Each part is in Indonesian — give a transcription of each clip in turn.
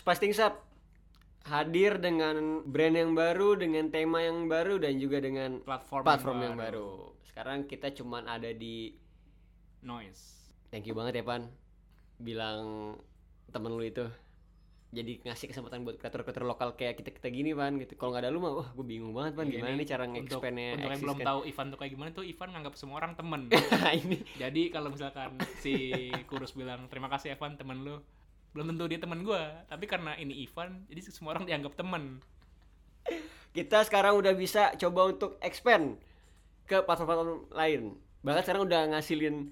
Spasting Shop hadir dengan brand yang baru, dengan tema yang baru, dan juga dengan platform yang baru. Sekarang kita cuman ada di Noise. Thank you banget ya Pan, bilang temen lu itu. Jadi ngasih kesempatan buat kreator-kreator lokal kayak kita gini Pan gitu. Kalau nggak ada lu mah, wah gue bingung banget Pan, gimana nih cara nge-expand-nya. Untuk yang belum tahu Ivan tuh kayak gimana tuh, Ivan nganggap semua orang temen. Ini. Jadi kalau misalkan si Kurus bilang terima kasih Evan temen lu, belum tentu dia teman gue, tapi karena ini Ivan jadi semua orang dianggap temen. Kita sekarang udah bisa coba untuk expand ke platform-platform lain. Bahkan sekarang udah ngasilin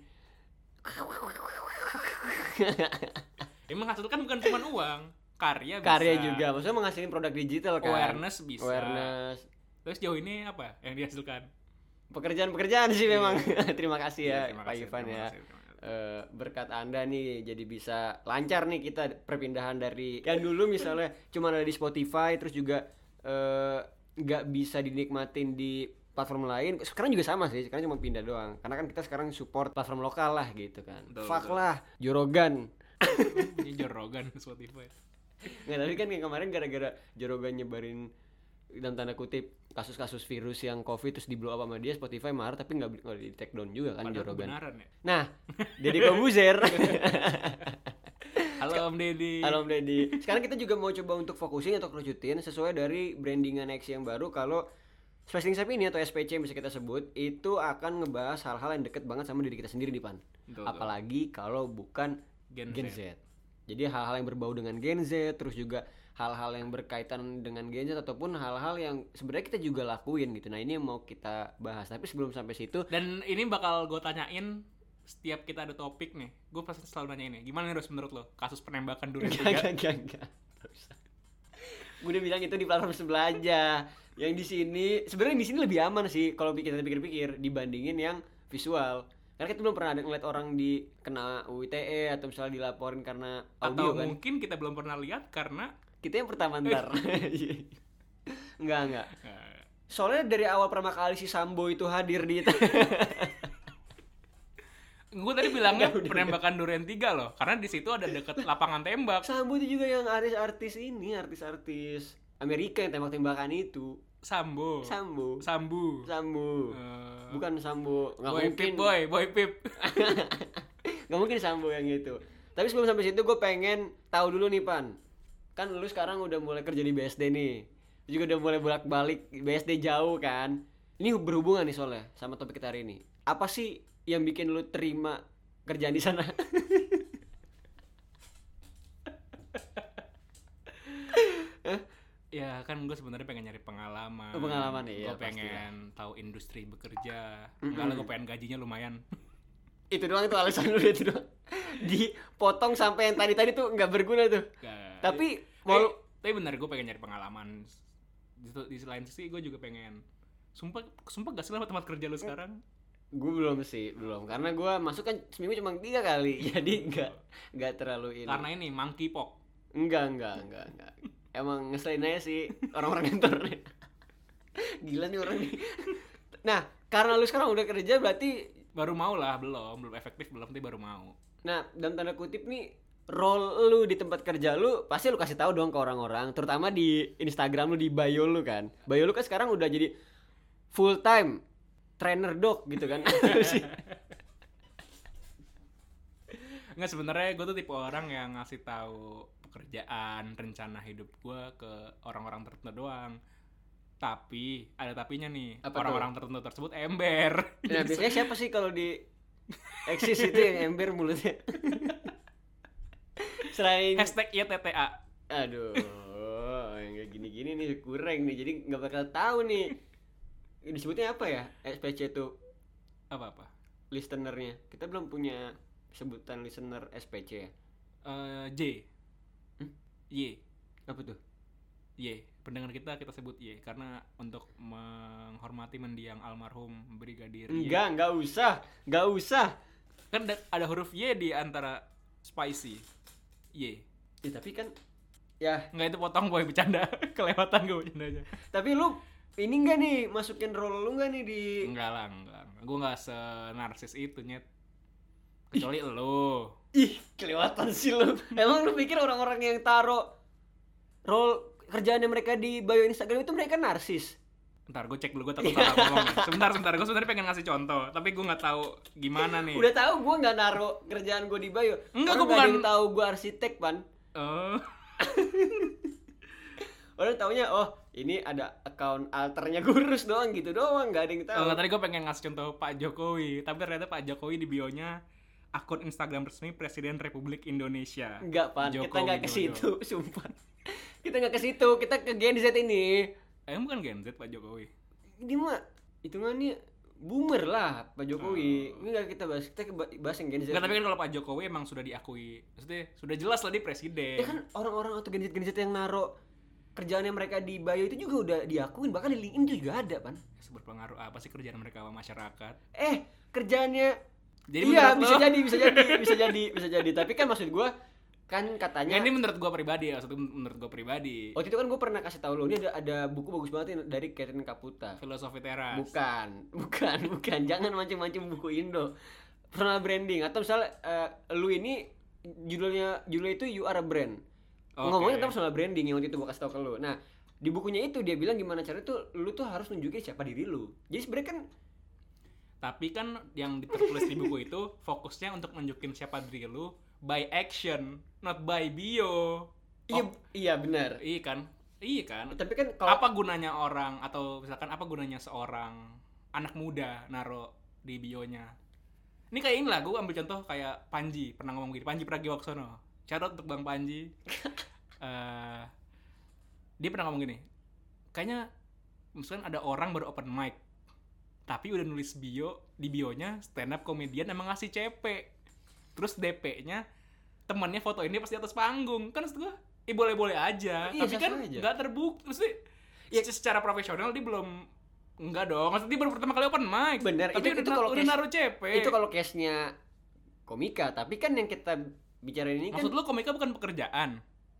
Emang menghasilkan bukan cuma uang, karya juga. Maksudnya menghasilin produk digital kan. Awareness bisa. Terus jauh ini apa yang dihasilkan? Pekerjaan sih memang. Terima kasih ya Pak Ivan ya. Berkat Anda nih jadi bisa lancar nih kita perpindahan dari yang dulu misalnya cuma ada di Spotify terus juga nggak bisa dinikmatin di platform lain. Sekarang juga sama sih, sekarang cuma pindah doang karena kan kita sekarang support platform lokal lah gitu kan. Fuck lah Jorogan. Ini Jorogan Spotify. Nggak, tapi kan yang kemarin gara-gara Jorogan nyebarin dalam tanda kutip kasus-kasus virus yang COVID terus di blow up sama dia, Spotify marah tapi nggak di take down juga kan. Padahal Jorogan. Kebenaran ya. Nah, Deddy Kobuzer. Halo Om Deddy. Halo Om Deddy. Sekarang kita juga mau coba untuk fokusin atau kerucutin sesuai dari brandingan Next yang baru. Kalau Spacing Shop ini atau SPC yang bisa kita sebut itu akan ngebahas hal-hal yang deket banget sama diri kita sendiri di Pan. Apalagi kalau bukan Gen Z. Jadi hal-hal yang berbau dengan Gen Z, terus juga hal-hal yang berkaitan dengan Gen Z ataupun hal-hal yang sebenarnya kita juga lakuin gitu. Nah ini yang mau kita bahas. Tapi sebelum sampai situ, dan ini bakal gue tanyain setiap kita ada topik nih. Gue pasti selalu nanya ini. Gimana nih Ros menurut lo kasus penembakan Duren 3? Enggak. Gue udah bilang itu di platform sebelah aja. Yang di sini sebenarnya di sini lebih aman sih kalau kita pikir-pikir dibandingin yang visual. Karena kita belum pernah ada ngeliat orang kena UITE atau misalnya dilaporin karena audio atau kan. Mungkin kita belum pernah lihat karena kita yang pertama ntar. Enggak. Soalnya dari awal pertama kali si Sambo itu hadir di gue tadi bilangnya penembakan Duren 3 loh, karena di situ ada deket lapangan tembak. Sambo itu juga yang artis-artis Amerika yang tembak-tembakan itu. Sambu. Bukan Sambo. Nggak boy mungkin. Boy Pip. Nggak mungkin Sambo yang itu. Tapi sebelum sampai situ gue pengen tahu dulu nih Pan. Kan lu sekarang udah mulai kerja di BSD nih. Juga udah mulai bolak-balik BSD jauh kan. Ini berhubungan nih soalnya sama topik kita hari ini. Apa sih yang bikin lu terima kerjaan di sana? Ya kan gue sebenarnya pengen nyari pengalaman. Pengalaman ya. Gue pengen tahu industri bekerja. Enggak lah, gue pengen gajinya lumayan. Itu doang tuh alasan lu itu doang. Dipotong sampai yang tadi tuh nggak berguna tuh. Tapi tapi benar gue pengen nyari pengalaman. Di selain sisi gue juga pengen. Sumpah gak sih lah tempat kerja lu sekarang? Gue belum karena gue masuk kan seminggu cuma 3 kali. Jadi nggak terlalu ini. Karena ini monkeypox. Enggak. Emang ngeselin aja sih orang-orang kantornya. Gila nih orang nih. Nah, karena lu sekarang udah kerja berarti baru mau lah, belum efektif tapi baru mau. Nah, dalam tanda kutip nih, role lu di tempat kerja lu pasti lu kasih tahu dong ke orang-orang, terutama di Instagram lu, di bio lu kan. Bio lu kan sekarang udah jadi full time trainer dog gitu kan. Enggak, sebenarnya gue tuh tipe orang yang ngasih tahu pekerjaan, rencana hidup gue ke orang-orang tertentu doang. Tapi ada tapinya nih. Apa orang-orang tertentu tersebut ember. Nah, biasanya siapa sih kalau di eksis itu yang ember mulutnya? Selain #YTTA. Aduh, yang kayak gini-gini nih kurang nih. Jadi nggak bakal tahu nih. Disebutnya apa ya? SPC itu apa? Listenernya. Kita belum punya sebutan listener SPC ya. J. Y. Apa tuh? Y. Pendengar kita sebut Y karena untuk menghormati mendiang almarhum Brigadir Y. Enggak usah. Kan ada huruf Y di antara spicy. Y. Ya, tapi kan ya enggak, itu potong boy, bercanda. Kelewatan gue bercandanya. Tapi lu ini enggak nih masukin role lu enggak nih di Enggak. Gue enggak senarsis itu, Nyet. Kecuali lu. Ih, kelewatan sih lu. Emang lu pikir orang-orang yang taruh role kerjaannya mereka di bio Instagram itu mereka narsis. Ntar gue cek dulu, gue takut salah ngomong nih. Sebentar, gue sebenarnya pengen ngasih contoh, tapi gue nggak tahu gimana nih. Udah tahu gue nggak naruh kerjaan gue di bio. Enggak, gue bukan. bukan. Yang tahu gue arsitek, Pan. Oh. Orang taunya ini ada account alternya Gurus doang gitu doang, nggak ada yang tahu. Tadi gue pengen ngasih contoh Pak Jokowi, tapi ternyata Pak Jokowi di bionya akun Instagram resmi Presiden Republik Indonesia. Enggak, Pan. Jokowi Kita nggak ke Dodo. situ, sumpah. Kita nggak ke situ, kita ke Gen Z ini. Bukan Gen Z Pak Jokowi. Ini mah hitungannya boomer lah Pak Jokowi. Ini nggak kita bahas, kita bahas yang Gen Z. Enggak, tapi kan kalau Pak Jokowi emang sudah diakui, maksudnya sudah jelas lah dia presiden. Ya kan orang-orang atau Gen Z yang naruh kerjaannya mereka di bio itu juga udah diakuin, bahkan di LinkedIn juga ada, Pan. Berpengaruh apa sih kerjaan mereka sama masyarakat? Kerjaannya Jadi iya, menurut lo- bisa jadi. Tapi kan maksud gua kan katanya ini menurut gue pribadi ya, menurut gue pribadi. waktu itu kan gue pernah kasih tahu lo, ini ada buku bagus banget nih dari Catherine Kaputa. Filosofi teras. Bukan. Jangan mancing-mancing buku Indo. Personal branding atau misalnya lu ini judulnya itu You Are a Brand. Oke. Ngomongnya tentang personal branding yang waktu itu gue kasih tahu ke lu. Nah, di bukunya itu dia bilang gimana caranya tuh lu tuh harus nunjukin siapa diri lu. Jadi sebenarnya kan Tapi kan yang tertulis di buku itu fokusnya untuk nunjukin siapa diri lu by action, not by bio. iya benar. Iya kan. Tapi kan kalau Apa gunanya orang, atau misalkan apa gunanya seorang anak muda naro di bionya? Ini kayak inilah, gue ambil contoh kayak Panji pernah ngomong gini, Panji Pragiwaksono. Shout out untuk Bang Panji. Dia pernah ngomong gini, kayaknya misalkan ada orang baru open mic, tapi udah nulis di bionya stand up comedian emang ngasih CP, terus DP-nya temannya foto ini pas di atas panggung. Kan maksud gue boleh-boleh aja, Iya, tapi kan aja. nggak terbukti. Maksudnya secara profesional dia belum, enggak dong, maksudnya dia baru pertama kali open mic. benar Tapi itu kalau udah naruh CP. itu kalau case-nya komika, tapi kan yang kita bicarain ini Maksud kan lu komika bukan pekerjaan?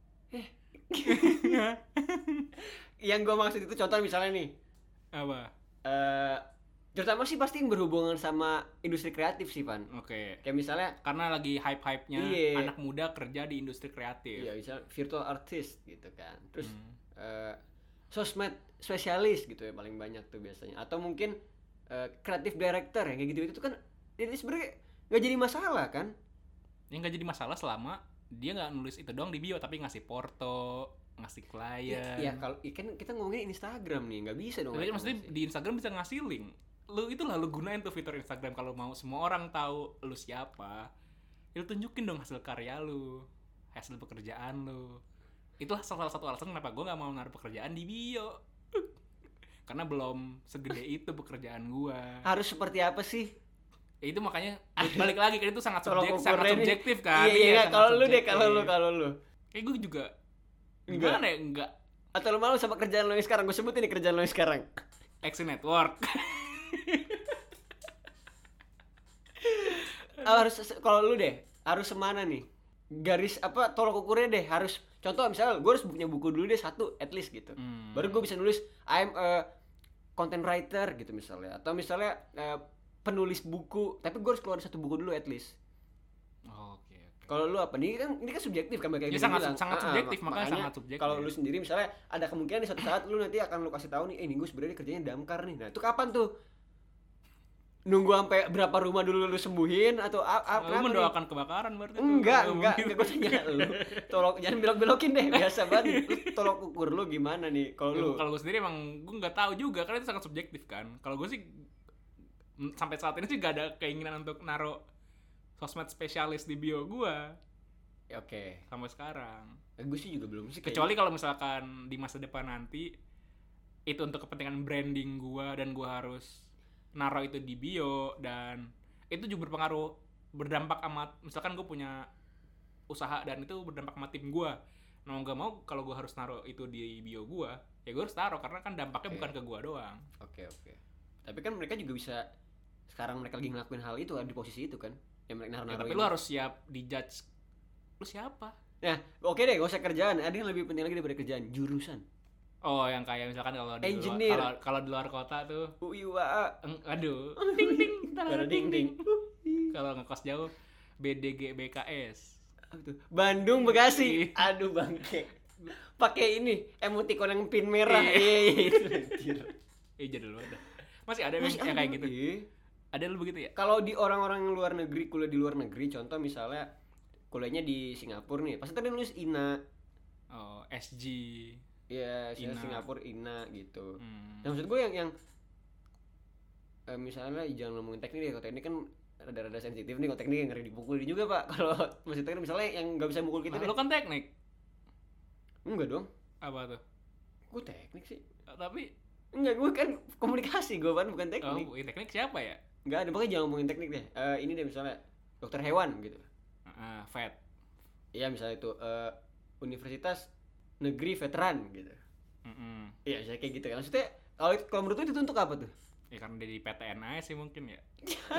yang gue maksud itu contoh misalnya nih Apa? terutama sih pasti yang berhubungan sama industri kreatif sih, Pan. Oke. Kayak misalnya Karena lagi hype-hypenya Iya. anak muda kerja di industri kreatif. iya misal virtual artist gitu kan, terus sosmed spesialis gitu ya paling banyak tuh biasanya, atau mungkin creative director yang kayak gitu itu kan ini sebenarnya nggak jadi masalah kan. Yang nggak jadi masalah selama dia nggak nulis itu doang di bio, tapi ngasih porto, ngasih klien. Ya kalau kan kita ngomongin Instagram nih, nggak bisa dong. Tapi maksudnya di Instagram bisa ngasih link. Lu gunain tuh fitur Instagram kalau mau semua orang tahu lu siapa. Ya lu tunjukin dong hasil karya lu, hasil pekerjaan lu. Itulah salah satu alasan kenapa gue nggak mau naruh pekerjaan di bio. Karena belum segede itu pekerjaan gue. Harus seperti apa sih? Ya itu makanya balik lagi kan itu sangat Tolong sangat ukurnya nih. subjektif kan. Iya, sangat kalau lu deh, subjektif. kalau lu. Kayak gue juga Enggak. gimana ya, enggak. Atau lu malu sama kerjaan lo yang sekarang? Gue sebutin nih kerjaan lo yang sekarang. Action Network. Harus kalau lu deh, harus semana nih? Garis apa tolok ukurnya deh, harus contoh misalnya gue harus punya buku dulu deh satu at least gitu. Baru gue bisa nulis I'm a content writer gitu misalnya, atau misalnya penulis buku, tapi gue harus keluar satu buku dulu at least. Oke. Kalau lu apa? Ini kan subjektif kan kayak Ya, gitu sangat subjektif, makanya sangat subjektif. Kalau lu sendiri misalnya ada kemungkinan di suatu saat lu nanti akan lu kasih tahu nih, gue sebenarnya kerjanya damkar nih. Nah, itu kapan tuh? Nunggu sampai berapa rumah dulu lu sembuhin atau Lu mendoakan kebakaran berarti? Enggak, gue tanya lu. Tolong jangan belok-belokin deh, biasa banget. Lu tolong ukur lu gimana nih kalau lu? Kalau gue sendiri emang gue nggak tahu juga karena itu sangat subjektif kan. Kalau gue sih sampai saat ini sih gak ada keinginan untuk naruh sosmed spesialis di bio gue. Ya, oke. Sampai sekarang. Gue sih juga belum sih. Kecuali kalau misalkan di masa depan nanti itu untuk kepentingan branding gue dan gue harus naruh itu di bio, dan itu juga berdampak amat. Misalkan gue punya usaha dan itu berdampak sama tim gue. Mau gak mau kalau gue harus naruh itu di bio gue, ya gue harus taruh karena kan dampaknya bukan ke gue doang. Oke. Tapi kan mereka juga bisa, sekarang mereka lagi ngelakuin hal itu di posisi itu kan. Yang mereka naruh. Tapi lu harus siap dijudge. Lu siapa? Nah, oke deh, gak usah kerjaan. Ada yang lebih penting lagi daripada kerjaan, jurusan. Oh, yang kayak misalkan kalau di Engineer. kalau di luar kota tuh, UIWA. aduh, ding ding, Ada ding. Kalau ngekos jauh, BDG BKS. Bandung Bekasi. Aduh bangke. Pakai ini emoticon yang pin merah. Iya. Itu anjir. Jadul banget. Masih ada Masih yang ada, kayak gitu. iya. Ada lu begitu ya? Kalau di orang-orang luar negeri, kuliah di luar negeri, contoh misalnya kuliahnya di Singapura nih, pasti tadi nulis INA. Oh, SG. Ya, INA. Singapura INA gitu. Hmm. Nah, maksud gue yang misalnya jangan ngomongin teknik deh, kalau teknik kan rada-rada sensitif nih, kalau teknik yang ngeri dipukul juga pak. Kalau maksudnya kan misalnya yang nggak bisa mukul kita deh. Lu kan teknik. Enggak dong, Apa tuh? gue teknik sih. Tapi Enggak, gue kan komunikasi, gue kan bukan teknik. teknik siapa ya? Enggak ada, pokoknya jangan ngomongin teknik deh. Ini deh misalnya dokter hewan gitu. Vet. Iya misalnya itu Universitas Negeri Veteran gitu. Iya, saya kayak gitu kan. Maksudnya kalau menurut lu itu untuk apa tuh? Ya karena dari PTN aja sih mungkin ya.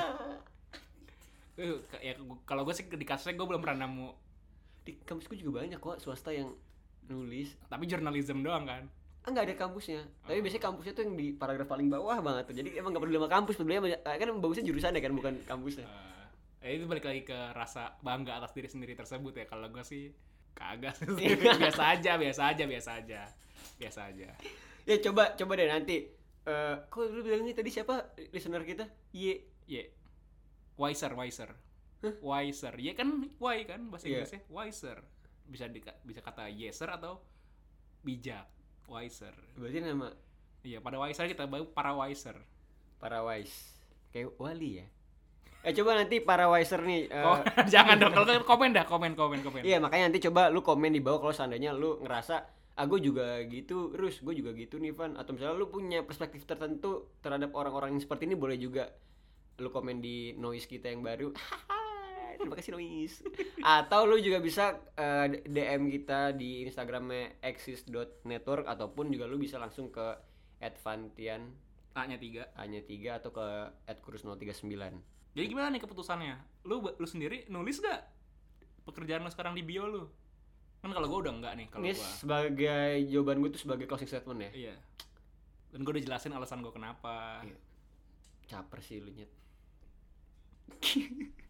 Ya kalau gue sih di kasusnya gue belum pernah nemu. Di kampusku juga banyak kok swasta yang nulis. Tapi jurnalism doang kan. Enggak ada kampusnya. Tapi biasanya kampusnya tuh yang di paragraf paling bawah banget tuh. Jadi emang enggak peduli sama kampus, peduli sama kan bagusnya jurusannya kan bukan kampusnya. Itu balik lagi ke rasa bangga atas diri sendiri tersebut ya. Kalau gue sih kagak sih. biasa aja. Ya coba deh nanti. Kok lu bilang ini tadi siapa listener kita? Y. Wiser. Wiser. Ya kan Y kan bahasa Iya. Inggrisnya. Wiser. Bisa kata yeser atau bijak. Wiser. Berarti nama Iya, pada Wiser kita para Wiser. para wise. Kayak wali ya. Coba nanti para wiser nih. Jangan dong, kalau komen dah, komen. Iya, makanya nanti coba lu komen di bawah kalau seandainya lu ngerasa gue juga gitu, Rus, gue juga gitu nih, Van. Atau misalnya lu punya perspektif tertentu terhadap orang-orang yang seperti ini, boleh juga lu komen di noise kita yang baru. Terima kasih noise. Atau lu juga bisa DM kita di Instagramnya exist.network ataupun juga lu bisa langsung ke @vantian A-nya 3. atau ke @kurus039. Jadi gimana nih keputusannya? Lu sendiri nulis gak pekerjaan lu sekarang di bio lu? Kan kalau gue udah enggak nih kalau Ini gue. sebagai jawaban gue tuh sebagai closing statement ya. Iya. Dan gue udah jelasin alasan gue kenapa. Iya. Caper sih lu nyet.